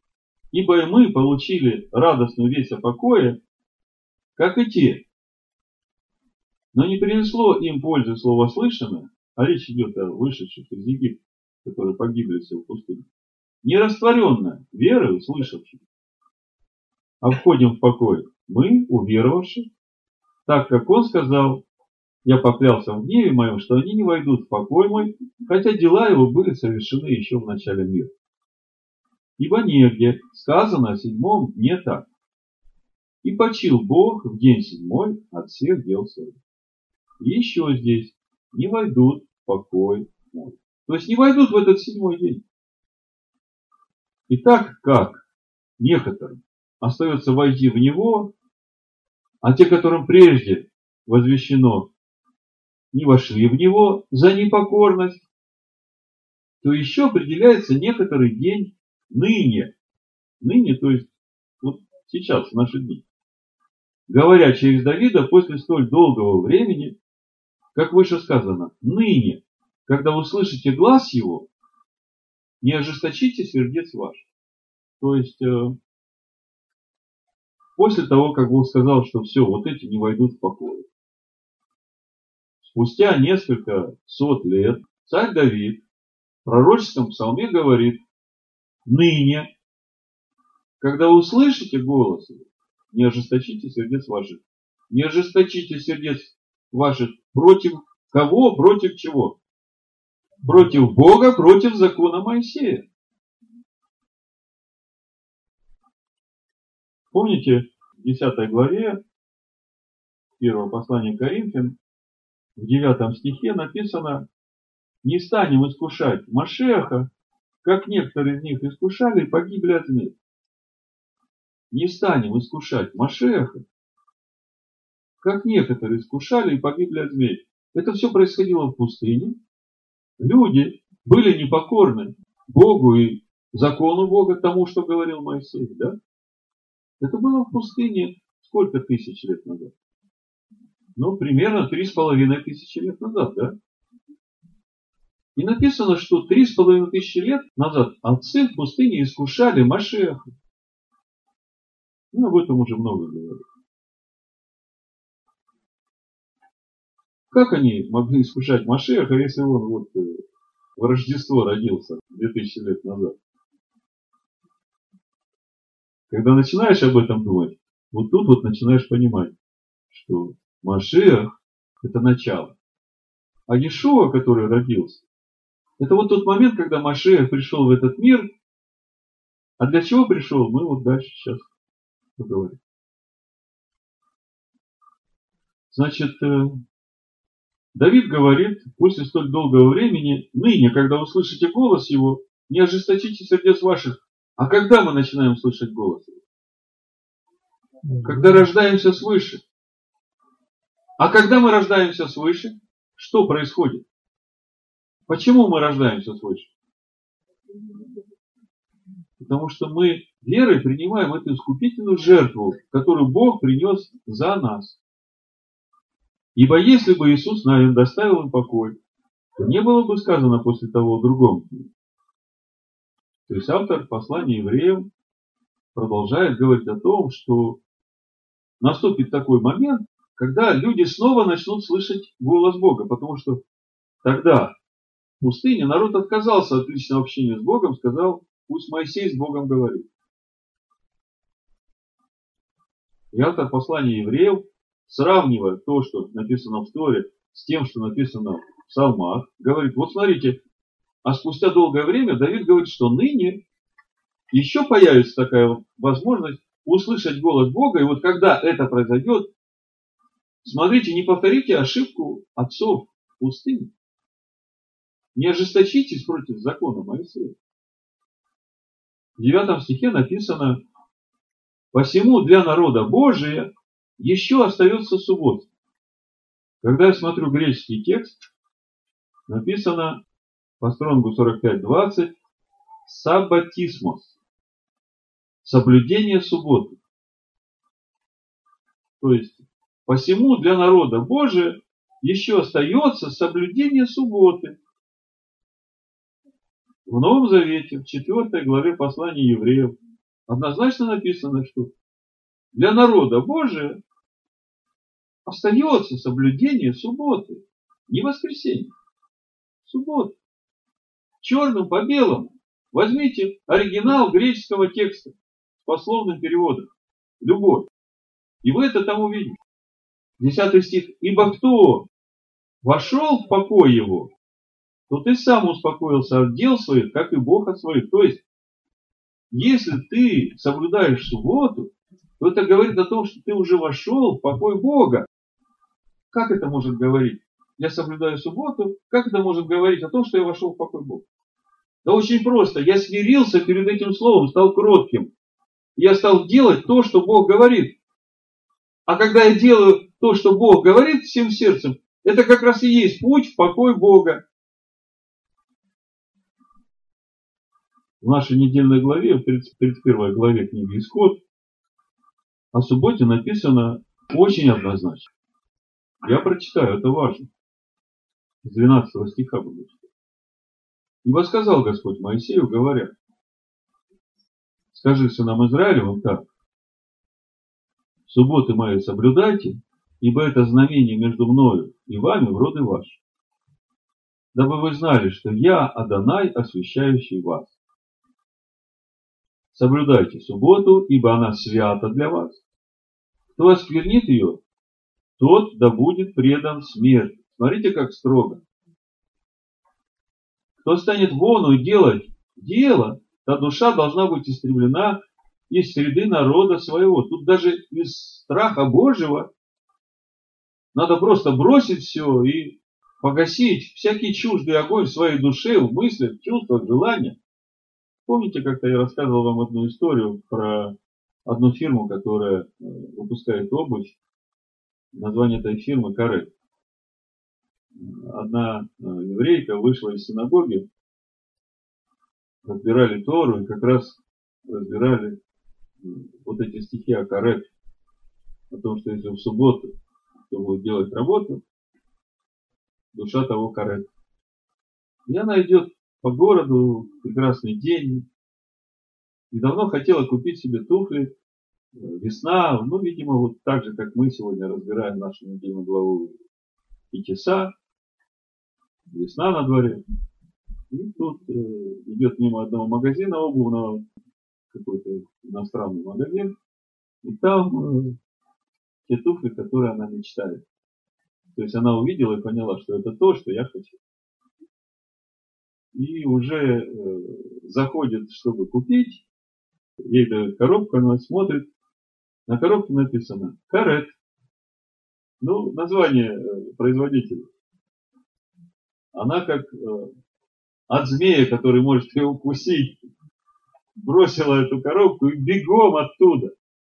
Ибо и мы получили радостную весть о покое, как и те, Но не принесло им пользы слово слышанное, а речь идет о вышедших из Египта, которые погибли все в пустыне, не растворенная верой услышавших. А входим в покой мы, уверовавшие, так как он сказал: я поклялся в гневе моем, что они не войдут в покой мой, хотя дела его были совершены еще в начале мира. Ибо негде сказано о седьмом не так. И почил Бог в день седьмой от всех дел своих. И еще здесь не войдут в покой мой. То есть не войдут в этот седьмой день. И так как некоторым остается войти в него, а те, которым прежде возвещено, не вошли в него за непокорность, то еще определяется некоторый день ныне. Ныне, то есть вот сейчас, в наши дни. Говоря через Давида после столь долгого времени, как выше сказано, ныне, когда услышите глас его, не ожесточите сердец ваш. То есть, после того, как Бог сказал, что все, вот эти не войдут в покой. Спустя несколько сот лет царь Давид в пророческом псалме говорит: ныне, когда услышите голос его, не ожесточите сердец ваших. Не ожесточите сердец ваших против кого? Против чего? Против Бога, против закона Моисея. Помните, в 10 главе 1 послания Коринфян, в 9 стихе написано: не станем искушать Машеха, как некоторые из них искушали и погибли от змей. Не станем искушать Машеха, как некоторые искушали и погибли от змей. Это все происходило в пустыне. Люди были непокорны Богу и закону Бога, тому, что говорил Моисей. Да? Это было в пустыне сколько тысяч лет назад? Ну, примерно 3500 лет назад, да? И написано, что 3500 лет назад отцы в пустыне искушали Машеха. Ну, об этом уже много говорят. Как они могли искушать Машеха, если он вот в Рождество родился 2000 лет назад? Когда начинаешь об этом думать, вот тут вот начинаешь понимать, что Машех – это начало. А Иешуа, который родился, это вот тот момент, когда Машех пришел в этот мир. А для чего пришел, мы вот дальше сейчас поговорим. Значит, Давид говорит, после столь долгого времени, ныне, когда услышите голос его, не ожесточите сердец ваших. А когда мы начинаем слышать голос его? Когда рождаемся свыше. А когда мы рождаемся свыше, что происходит? Почему мы рождаемся свыше? Потому что мы верой принимаем эту искупительную жертву, которую Бог принес за нас. Ибо если бы Иисус навек доставил им покой, то не было бы сказано после того о другом. То есть автор послания евреям продолжает говорить о том, что наступит такой момент, когда люди снова начнут слышать голос Бога, потому что тогда в пустыне народ отказался от личного общения с Богом, сказал: пусть Моисей с Богом говорит. И автор послания евреев, сравнивая то, что написано в Торе, с тем, что написано в Псалмах, говорит: вот смотрите, а спустя долгое время Давид говорит, что ныне еще появится такая возможность услышать голос Бога, и вот когда это произойдет, смотрите, не повторите ошибку отцов в пустыне. Не ожесточитесь против закона Моисея. В 9 стихе написано: посему для народа Божия еще остается суббота. Когда я смотрю греческий текст, написано по Стронгу 45:20 саббатисмос. Соблюдение субботы. То есть, посему для народа Божия еще остается соблюдение субботы. В Новом Завете, в 4 главе послания евреев, однозначно написано, что для народа Божия остается соблюдение субботы. Не воскресенье. Суббота. Черным по белому. Возьмите оригинал греческого текста с пословным переводом. Любой. И вы это там увидите. 10 стих. Ибо кто вошел в покой его, то ты сам успокоился от дел своих, как и Бог от своих. То есть, если ты соблюдаешь субботу, то это говорит о том, что ты уже вошел в покой Бога. Как это может говорить? Я соблюдаю субботу. Как это может говорить о том, что я вошел в покой Бога? Да очень просто. Я смирился перед этим словом, стал кротким. Я стал делать то, что Бог говорит. А когда я делаю то, что Бог говорит всем сердцем, это как раз и есть путь в покой Бога. В нашей недельной главе, в 31 главе книги Исход, о субботе написано очень однозначно. Я прочитаю, это важно. С 12 стиха буду читать. Ибо сказал Господь Моисею, говоря: скажи сынам Израилевым так: субботы мои соблюдайте, ибо это знамение между мною и вами в роды ваши. Дабы вы знали, что я Адонай, освящающий вас. Соблюдайте субботу, ибо она свята для вас. Кто осквернит ее, тот да будет предан смерти. Смотрите, как строго. Кто станет вону и делать дело, та душа должна быть истреблена из среды народа своего. Тут даже из страха Божьего надо просто бросить все и погасить всякий чуждый огонь в своей душе, в мыслях, в чувствах, желаниях. Помните, как-то я рассказывал вам одну историю про одну фирму, которая выпускает обувь. Название этой фирмы Карет. Одна еврейка вышла из синагоги, разбирали Тору и как раз разбирали вот эти стихи о Карет. О том, что если в субботу кто будет делать работу, душа того Карет. И она идет по городу, прекрасный день, и давно хотела купить себе туфли. Весна, ну, видимо, вот так же, как мы сегодня разбираем нашу недельную главу Итиса. Весна на дворе. И тут идет мимо одного магазина обувного, какой-то иностранный магазин, и там те туфли, которые она мечтает. То есть она увидела и поняла, что это то, что я хочу. И уже заходит, чтобы купить, ей дают коробку, она смотрит, на коробке написано Карет. Ну, название производителя. Она как от змея, который может ее укусить, бросила эту коробку и бегом оттуда.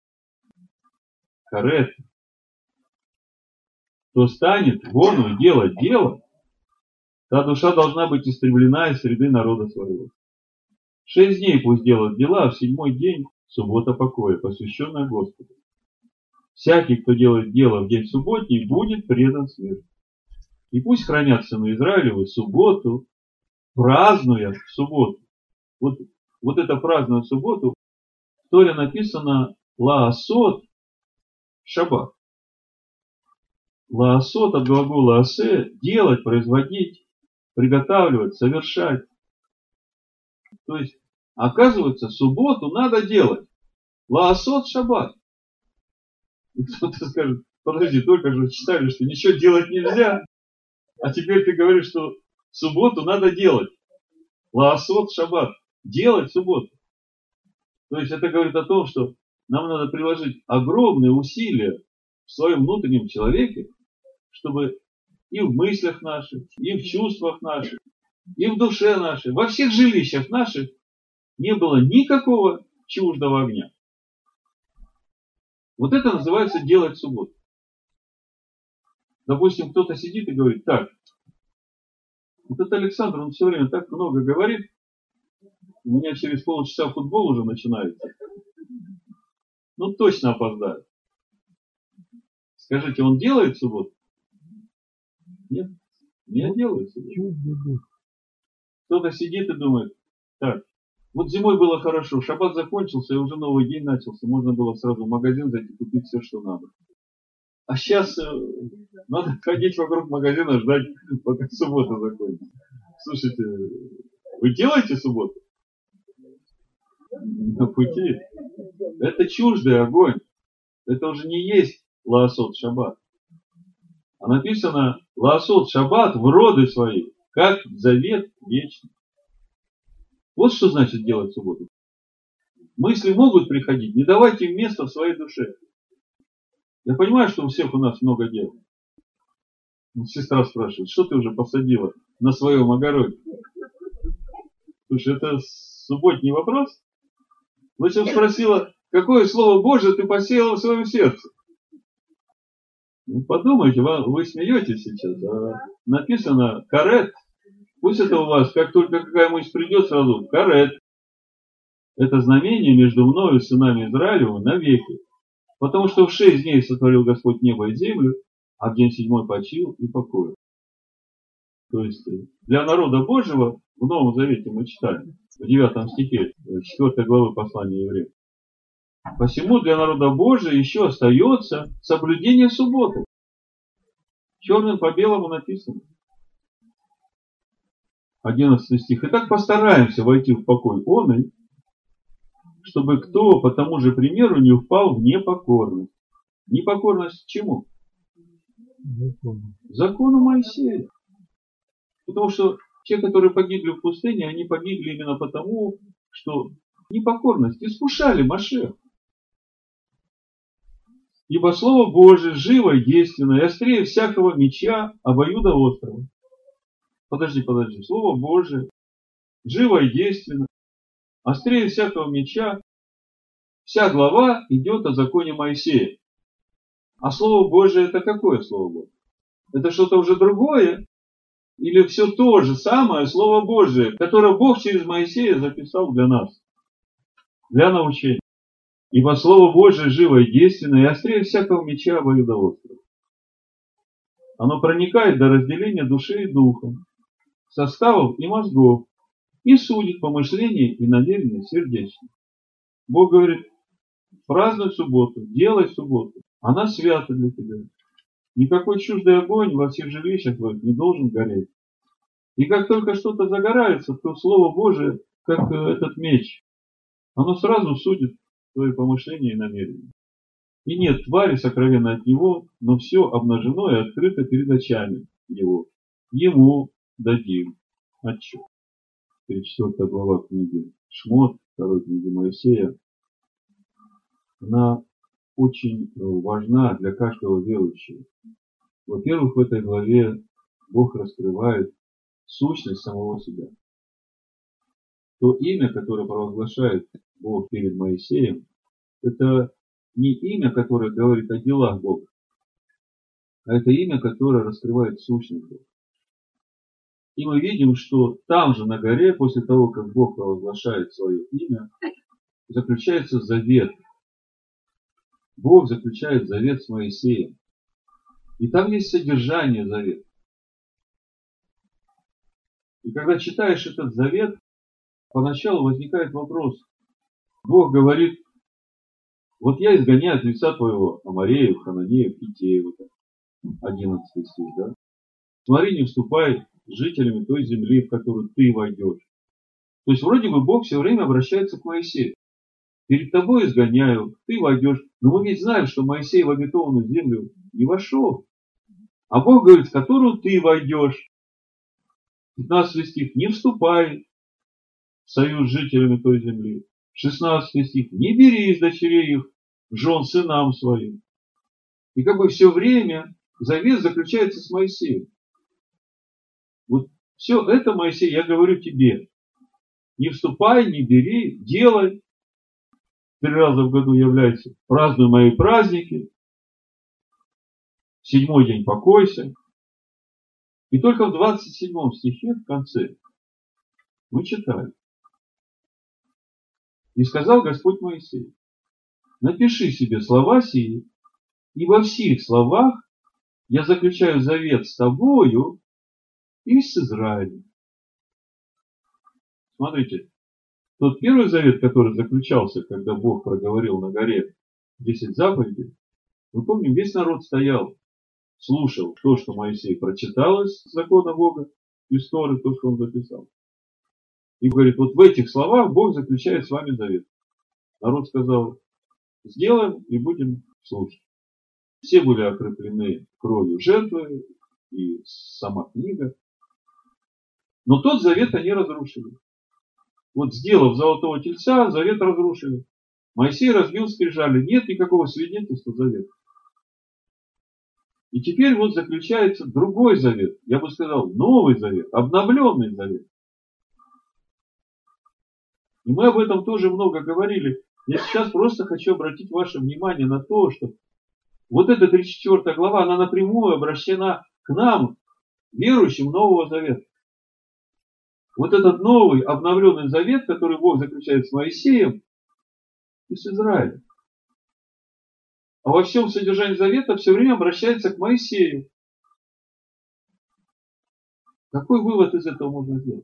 Карет. Кто станет вону делать дело, та душа должна быть истреблена из среды народа своего. 6 дней пусть делают дела, а в 7-й день суббота покоя, посвященная Господу. Всякий, кто делает дело в день субботний, будет предан смерти. И пусть хранят сыны Израилевы субботу, празднуя в субботу. Вот это празднуя в субботу, в Торе написано лаасот шаббат. Лаасот от глагола асе – делать, производить, приготавливать, совершать. То есть, оказывается, субботу надо делать. Лаасот шаббат. И кто-то скажет: подожди, только же читали, что ничего делать нельзя, а теперь ты говоришь, что субботу надо делать. Лаасот шаббат. Делать субботу. То есть это говорит о том, что нам надо приложить огромные усилия в своем внутреннем человеке, чтобы и в мыслях наших, и в чувствах наших, и в душе нашей, во всех жилищах наших не было никакого чуждого огня. Вот это называется делать субботу. Допустим, кто-то сидит и говорит: так, вот этот Александр, он все время так много говорит, у меня через полчаса футбол уже начинается. Ну, точно опоздаю. Скажите, он делает субботу? Нет, не делает субботу. Кто-то сидит и думает: так, вот зимой было хорошо, шаббат закончился, и уже новый день начался, можно было сразу в магазин зайти, купить все, что надо. А сейчас надо ходить вокруг магазина, ждать, пока суббота закончится. Слушайте, вы делаете субботу? На пути. Это чуждый огонь. Это уже не есть лаасот шаббат. А написано лаасот шаббат в роды свои, как завет вечный. Вот что значит делать субботу. Мысли могут приходить, не давайте им места в своей душе. Я понимаю, что у всех у нас много дел. Сестра спрашивает, что ты уже посадила на своем огороде? Слушай, это субботний вопрос? Лучше спросила, какое слово Божие ты посеяла в своем сердце? Ну, подумайте, вы смеетесь сейчас, а написано карет. Пусть это у вас, как только какая мысль придет, сразу карет. Это знамение между мною и сынами Израилевым навеки. Потому что в 6 дней сотворил Господь небо и землю, а в день 7 почил и покоил. То есть для народа Божьего в Новом Завете мы читаем, в 9 стихе 4 главы послания евреев. Посему для народа Божия еще остается соблюдение субботы. Черным по белому написано. 11 стих. Итак, постараемся войти в покой он, чтобы кто по тому же примеру не впал в непокорность. Непокорность чему? Закону Моисея. Потому что те, которые погибли в пустыне, они погибли именно потому, что непокорность искушали Машеха. Ибо Слово Божие живо и действенно, и острее всякого меча обоюдоострого. Подожди. Слово Божие живо и действенно, острее всякого меча. Вся глава идет о законе Моисея. А Слово Божие это какое Слово Божие? Это что-то уже другое? Или все то же самое Слово Божие, которое Бог через Моисея записал для нас, для научения? Ибо Слово Божие живо и действенно, и острее всякого меча обоюдоострого. Оно проникает до разделения души и духа, составов и мозгов, и судит помышления и намерения сердечные. Бог говорит, празднуй субботу, делай субботу, она свята для тебя. Никакой чуждый огонь во всех жилищах твоих не должен гореть. И как только что-то загорается, то Слово Божие, как этот меч, оно сразу судит твои помышления и намерения. И нет твари сокровенной от него, но все обнажено и открыто перед очами его. Ему дадим отчет. 34 глава книги Шмот, 2 книги Моисея, она очень важна для каждого верующего. Во-первых, в этой главе Бог раскрывает сущность самого себя. То имя, которое провозглашает Бог перед Моисеем, это не имя, которое говорит о делах Бога, а это имя, которое раскрывает сущность Бога. И мы видим, что там же на горе, после того, как Бог провозглашает свое имя, заключается завет. Бог заключает завет с Моисеем. И там есть содержание завета. И когда читаешь этот завет, поначалу возникает вопрос. Бог говорит, вот я изгоняю от лица твоего Амореев, Хананеев, Хиттеев. 11 стих, да? Смотри, не вступай с жителями той земли, в которую ты войдешь. То есть вроде бы Бог все время обращается к Моисею. Перед тобой изгоняю, ты войдешь. Но мы ведь знаем, что Моисей в обетованную землю не вошел. А Бог говорит, в которую ты войдешь. 15 стих, не вступай в союз с жителями той земли. 16 стих, не бери из дочерей их в жен сынам своим. И как бы все время завет заключается с Моисеем. Вот все это, Моисей, я говорю тебе. Не вступай, не бери, делай. 3 раза в году являйся. Празднуй мои праздники. 7-й день покойся. И только в 27 стихе в конце мы читаем. И сказал Господь Моисею, напиши себе слова сии, и во всех словах я заключаю завет с тобою и с Израилем. Смотрите, тот первый завет, который заключался, когда Бог проговорил на горе 10 заповедей, Мы помним, весь народ стоял, слушал то, что Моисей прочитал из закона Бога, из Торы, то, что он записал. И говорит, вот в этих словах Бог заключает с вами завет. Народ сказал, сделаем и будем слушать. Все были окреплены кровью жертвы и сама книга. Но тот завет они разрушили. Вот сделав золотого тельца, завет разрушили. Моисей разбил скрижали. Нет никакого свидетельства завета. И теперь вот заключается другой завет. Я бы сказал, новый завет, обновленный завет. И мы об этом тоже много говорили. Я сейчас просто хочу обратить ваше внимание на то, что вот эта 34 глава, она напрямую обращена к нам, верующим Нового Завета. Вот этот новый, обновленный завет, который Бог заключает с Моисеем и с Израилем. А во всем содержании завета все время обращается к Моисею. Какой вывод из этого можно сделать?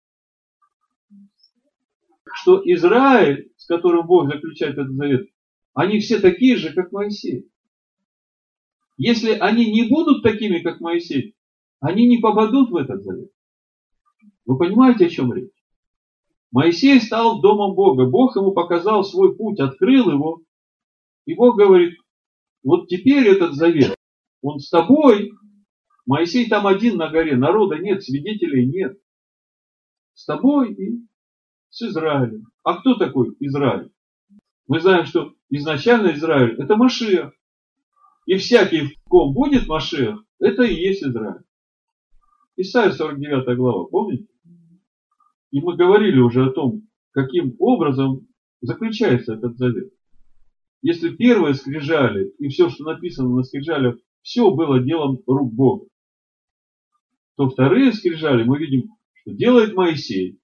Что Израиль, с которым Бог заключает этот завет, они все такие же, как Моисей. Если они не будут такими, как Моисей, они не попадут в этот завет. Вы понимаете, о чем речь? Моисей стал домом Бога. Бог ему показал свой путь, открыл его. И Бог говорит, вот теперь этот завет, он с тобой. Моисей там один на горе, народа нет, свидетелей нет. С тобой и с Израилем. А кто такой Израиль? Мы знаем, что изначально Израиль это Машиах. И всякий, в ком будет Машиах, это и есть Израиль. Исайя 49 глава, помните? И мы говорили уже о том, каким образом заключается этот завет. Если первые скрижали и все, что написано на скрижалях, все было делом рук Бога, то вторые скрижали мы видим, что делает Моисей.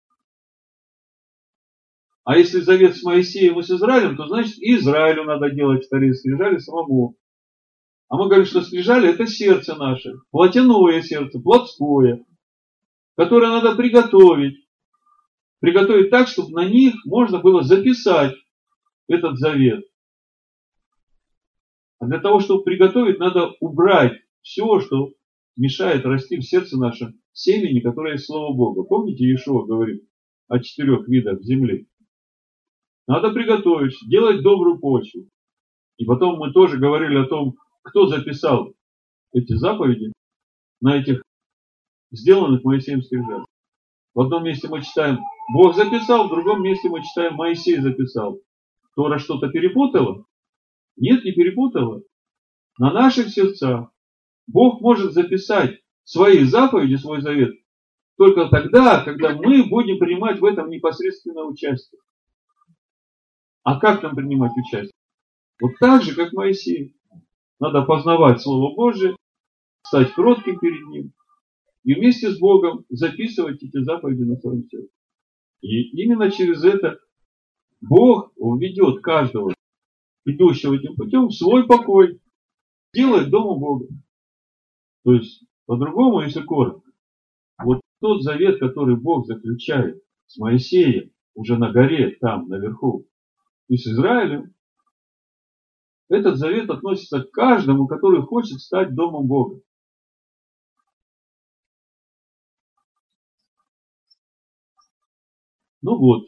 А если завет с Моисеем и с Израилем, то значит и Израилю надо делать вторые скрижали самому. А мы говорим, что скрижали это сердце наше, плотяное сердце, плотское, которое надо приготовить. Приготовить так, чтобы на них можно было записать этот завет. А для того, чтобы приготовить, надо убрать все, что мешает расти в сердце нашем семени, которое есть Слово Бога. Помните, Иешуа говорит о 4 видах земли? Надо приготовить, делать добрую почву. И потом мы тоже говорили о том, кто записал эти заповеди на этих сделанных Моисеем скрижалях. В одном месте мы читаем, Бог записал, в другом месте мы читаем, Моисей записал. Тора что-то перепутала? Нет, не перепутала. На наших сердцах Бог может записать свои заповеди, свой завет, только тогда, когда мы будем принимать в этом непосредственное участие. А как нам принимать участие? Вот так же, как Моисей. Надо познавать Слово Божие, стать кротким перед Ним и вместе с Богом записывать эти заповеди на своем сердце. И именно через это Бог введет каждого, идущего этим путем, в свой покой, делает домом Бога. То есть, по-другому, если коротко, вот тот завет, который Бог заключает с Моисеем уже на горе, там, наверху, и с Израилем, этот завет относится к каждому, который хочет стать домом Бога. Ну вот,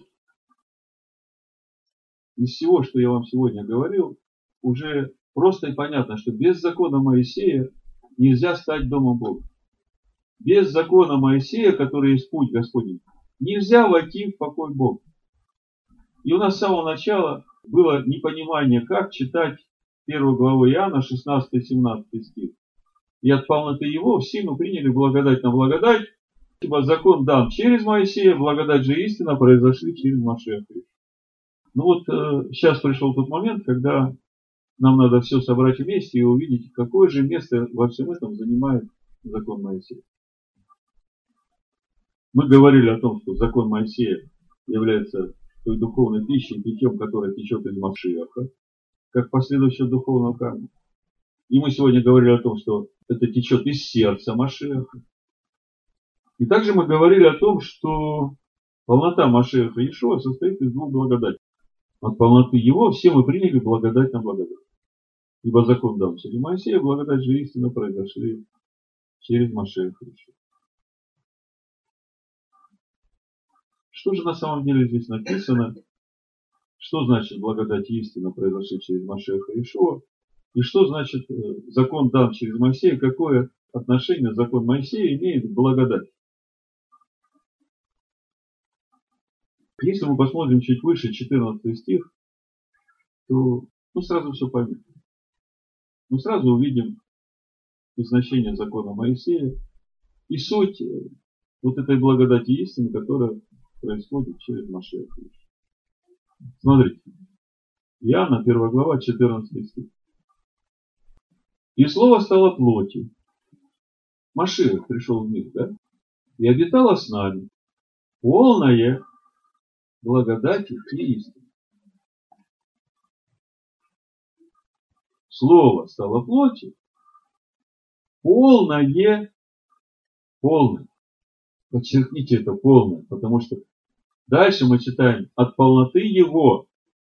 из всего, что я вам сегодня говорил, уже просто и понятно, что без закона Моисея нельзя стать домом Бога. Без закона Моисея, который есть путь Господень, нельзя войти в покой Бога. И у нас с самого начала было непонимание, как читать 1 главу Иоанна, 16-17 стих. И от полноты его все мы приняли благодать на благодать, ибо закон дан через Моисея, благодать же истина произошли через Машиаха. Ну вот сейчас пришел тот момент, когда нам надо все собрать вместе и увидеть, какое же место во всем этом занимает закон Моисея. Мы говорили о том, что закон Моисея является той духовной пищей, питьем, которая течет из Машиаха, как последующего духовного камня. И мы сегодня говорили о том, что это течет из сердца Машиаха. И также мы говорили о том, что полнота Машиаха Иешуа состоит из двух благодатей. От полноты его все мы приняли благодать на благодать. Ибо закон дан через Моисея, благодать же истина произошли через Машиаха Иешуа. Что же на самом деле здесь написано? Что значит благодать и истина произошли через Машиаха Иешуа? И что значит закон дан через Моисея? Какое отношение закон Моисея имеет к благодати? Если мы посмотрим чуть выше, 14 стих, то сразу все поймем. Мы сразу увидим и значение закона Моисея, и суть вот этой благодати истины, которая происходит через Машиаха Иешуа. Смотрите, Иоанна, 1 глава, 14 стих. «И слово стало плотью». Машиах пришел в мир, да? «И обитало с нами, полное благодати и истины». Слово стало плотью, полное. Подчеркните это полное, потому что дальше мы читаем от полноты Его.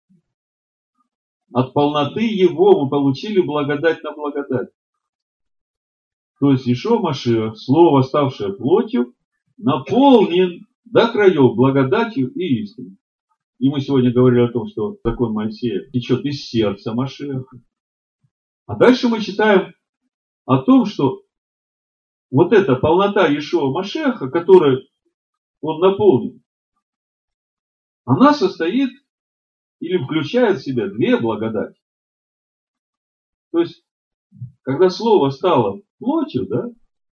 От полноты Его мы получили благодать на благодать. То есть Иешуа Машиах, Слово, ставшее плотью, наполнен до краев благодатью и истиной. И мы сегодня говорили о том, что закон Моисея течет из сердца Машиаха. А дальше мы читаем о том, что вот эта полнота Иешуа Машиаха, которой он наполнен, она состоит или включает в себя две благодати. То есть, когда Слово стало плотью, да,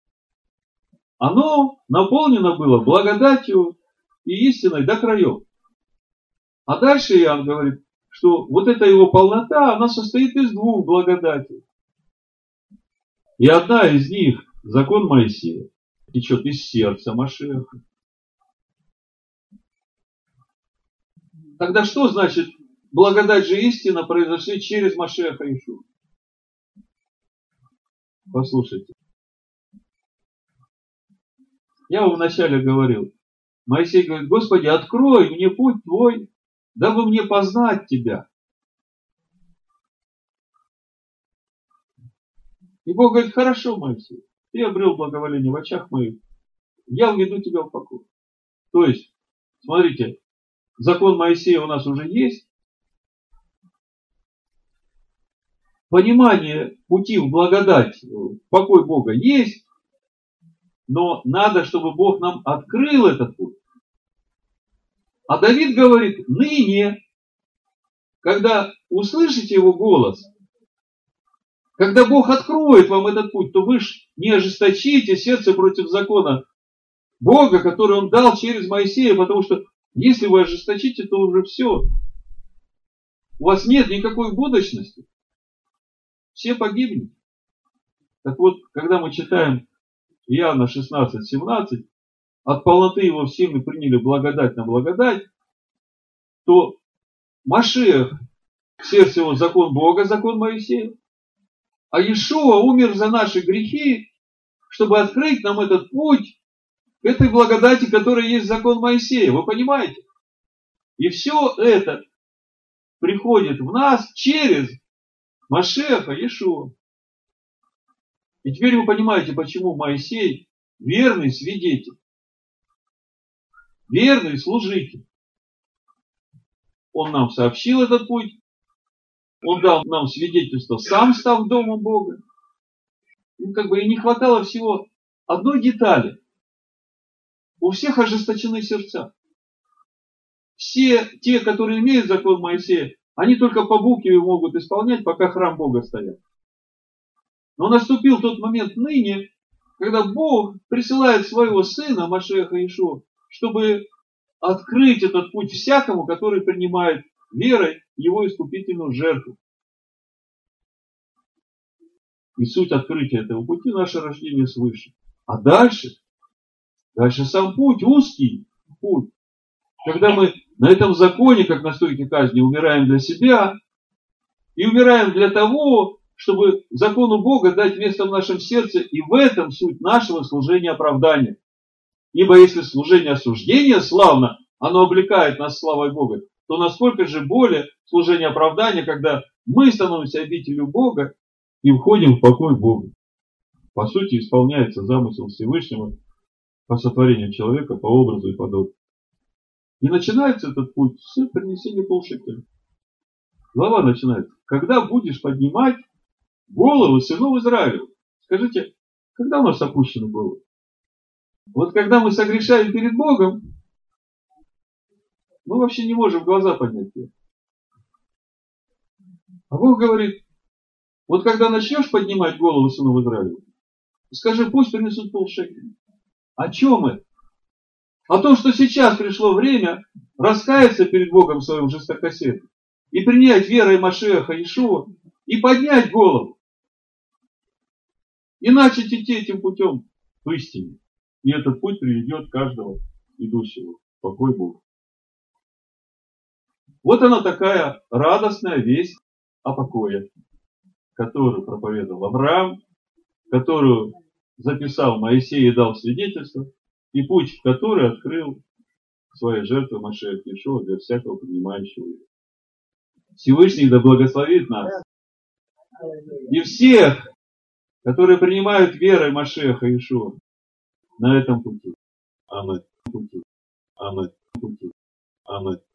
оно наполнено было благодатью и истиной до краев. А дальше Иоанн говорит, что вот эта его полнота, она состоит из двух благодатей. И одна из них, закон Моисея, течет из сердца Машиаха. Тогда что значит благодать же истина произошли через Машиаха Иешуа? Послушайте. Я вам вначале говорил, Моисей говорит: Господи, открой мне путь Твой, дабы мне познать Тебя. И Бог говорит: хорошо, Моисей, ты обрел благоволение в очах моих, я уведу тебя в покой. То есть, смотрите, закон Моисея у нас уже есть, понимание пути в благодать, в покой Бога есть, но надо, чтобы Бог нам открыл этот путь. А Давид говорит: ныне, когда услышите его голос, когда Бог откроет вам этот путь, то вы ж не ожесточите сердце против закона Бога, который Он дал через Моисея, потому что если вы ожесточите, то уже все. У вас нет никакой будущности. Все погибнут. Так вот, когда мы читаем Иоанна 16:17, от полноты Его все мы приняли благодать на благодать, то Машиах, в сердце его закон Бога, закон Моисея, а Иешуа умер за наши грехи, чтобы открыть нам этот путь к этой благодати, которая есть закон Моисея. Вы понимаете? И все это приходит в нас через Машиаха Иешуа. И теперь вы понимаете, почему Моисей верный свидетель, верный служитель. Он нам сообщил этот путь, он дал нам свидетельство, сам став домом Бога. И не хватало всего одной детали. У всех ожесточены сердца. Все те, которые имеют закон Моисея, они только по букве могут исполнять, пока храм Бога стоят. Но наступил тот момент ныне, когда Бог присылает своего Сына, Машиаха Иешуа, чтобы открыть этот путь всякому, который принимает верой Его искупительную жертву. И суть открытия этого пути — наше рождение свыше. А дальше сам путь, узкий путь. Когда мы на этом законе, как на стойке казни, умираем для себя и умираем для того, чтобы закону Бога дать место в нашем сердце, и в этом суть нашего служения оправдания. Ибо если служение осуждения славно, оно облекает нас славой Бога, то насколько же более служение оправдания, когда Мы становимся обителью Бога и входим в покой Бога. По сути, исполняется замысел Всевышнего по сотворению человека по образу и подобию. И начинается этот путь с принесения полшекеля. Глава начинается. Когда будешь поднимать головы сынов Израилевых. Скажите, когда у нас опущены головы? Вот когда мы согрешаем перед Богом, мы вообще не можем глаза поднять. А Бог говорит, вот когда начнешь поднимать голову сынов Израилевых, скажи, пусть принесут полшекеля. О чем это? О том, что сейчас пришло время раскаяться перед Богом в своем жестокосердии и принять верой Машиаха Иешуа и поднять голову. И начать идти этим путем в истине. И этот путь приведет каждого идущего в покой Бога. Вот она такая радостная весть о покое, которую проповедовал Авраам, которую записал Моисей и дал свидетельство, и путь в который открыл своей жертвой Машиах Иешуа для всякого принимающего его. Всевышний да благословит нас и всех, которые принимают верой Машиаха Иешуа на этом пути. Аминь. Аминь. Аминь.